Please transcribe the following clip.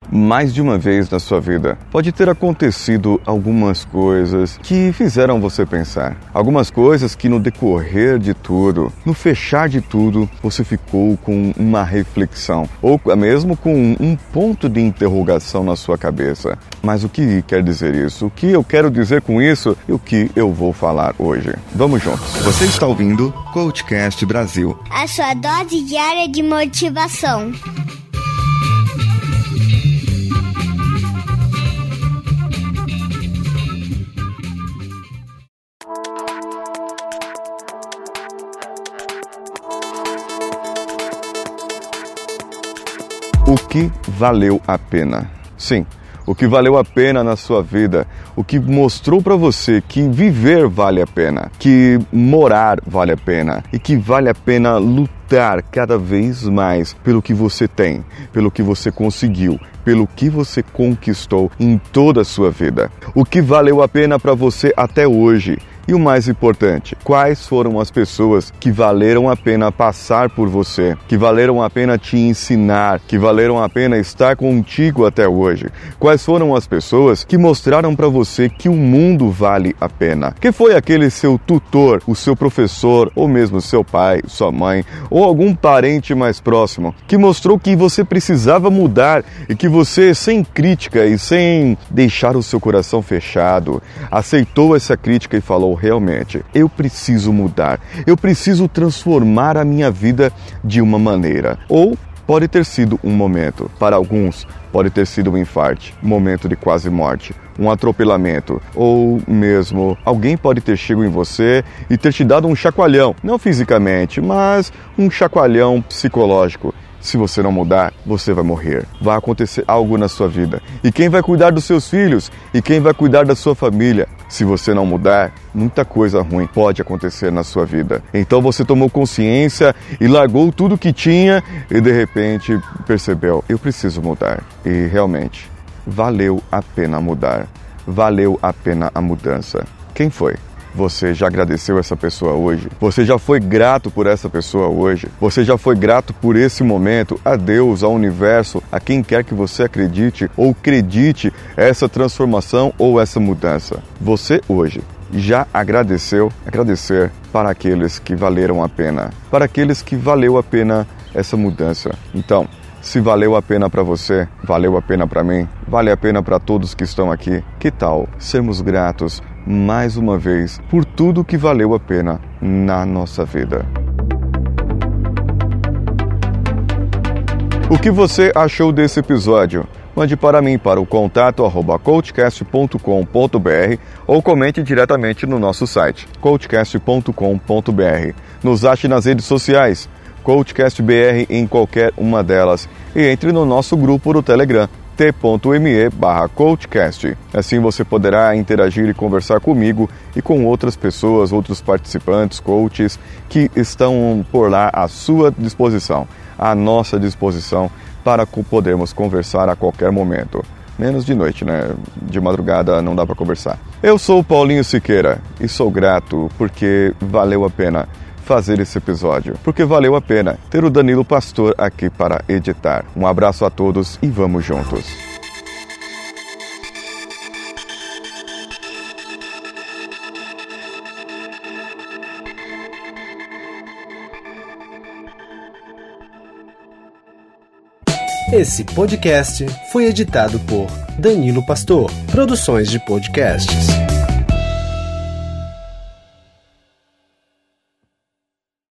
mais de uma vez na sua vida. Pode ter acontecido algumas coisas que fizeram você pensar. Algumas coisas que no decorrer de tudo, no fechar de tudo, você ficou com uma reflexão. Ou mesmo com um ponto de interrogação na sua cabeça. Mas o que quer dizer isso? O que eu quero dizer com isso e o que eu vou falar hoje? Vamos juntos. Você está ouvindo Coachcast Brasil. A sua dose diária de motivação. O que valeu a pena? Sim, o que valeu a pena na sua vida, o que mostrou para você que viver vale a pena, que morar vale a pena e que vale a pena lutar cada vez mais pelo que você tem, pelo que você conseguiu, pelo que você conquistou em toda a sua vida. O que valeu a pena para você até hoje. E o mais importante, quais foram as pessoas que valeram a pena passar por você, que valeram a pena te ensinar, que valeram a pena estar contigo até hoje? Quais foram as pessoas que mostraram para você que o mundo vale a pena? Quem foi aquele seu tutor, o seu professor, ou mesmo seu pai, sua mãe, ou algum parente mais próximo, que mostrou que você precisava mudar e que você, sem crítica e sem deixar o seu coração fechado, aceitou essa crítica e falou: realmente, eu preciso mudar, eu preciso transformar a minha vida de uma maneira. Ou pode ter sido um momento, para alguns pode ter sido um infarte, um momento de quase morte, um atropelamento, ou mesmo alguém pode ter chegado em você e ter te dado um chacoalhão, não fisicamente, mas um chacoalhão psicológico. Se você não mudar, você vai morrer. Vai acontecer algo na sua vida. E quem vai cuidar dos seus filhos? E quem vai cuidar da sua família? Se você não mudar, muita coisa ruim pode acontecer na sua vida. Então você tomou consciência e largou tudo que tinha e de repente percebeu: eu preciso mudar. E realmente, valeu a pena mudar. Valeu a pena a mudança. Quem foi? Você já agradeceu essa pessoa hoje? Você já foi grato por essa pessoa hoje? Você já foi grato por esse momento? A Deus, ao universo, a quem quer que você acredite ou acredite essa transformação ou essa mudança? Você hoje já agradeceu? Agradecer para aqueles que valeram a pena, para aqueles que valeu a pena essa mudança. Então, se valeu a pena para você, valeu a pena para mim, vale a pena para todos que estão aqui. Que tal sermos gratos mais uma vez por tudo que valeu a pena na nossa vida? O que você achou desse episódio? Mande para mim para o contato@coachcast.com.br ou comente diretamente no nosso site, coachcast.com.br. Nos ache nas redes sociais, CoachCastBR em qualquer uma delas, e entre no nosso grupo do Telegram, t.me/coachcast. Assim você poderá interagir e conversar comigo e com outras pessoas, outros participantes, coaches, que estão por lá à sua disposição, à nossa disposição, para podermos conversar a qualquer momento. Menos de noite, né? De madrugada não dá para conversar. Eu sou o Paulinho Siqueira e sou grato porque valeu a pena fazer esse episódio, porque valeu a pena ter o Danilo Pastor aqui para editar. Um abraço a todos e vamos juntos. Esse podcast foi editado por Danilo Pastor, Produções de Podcasts.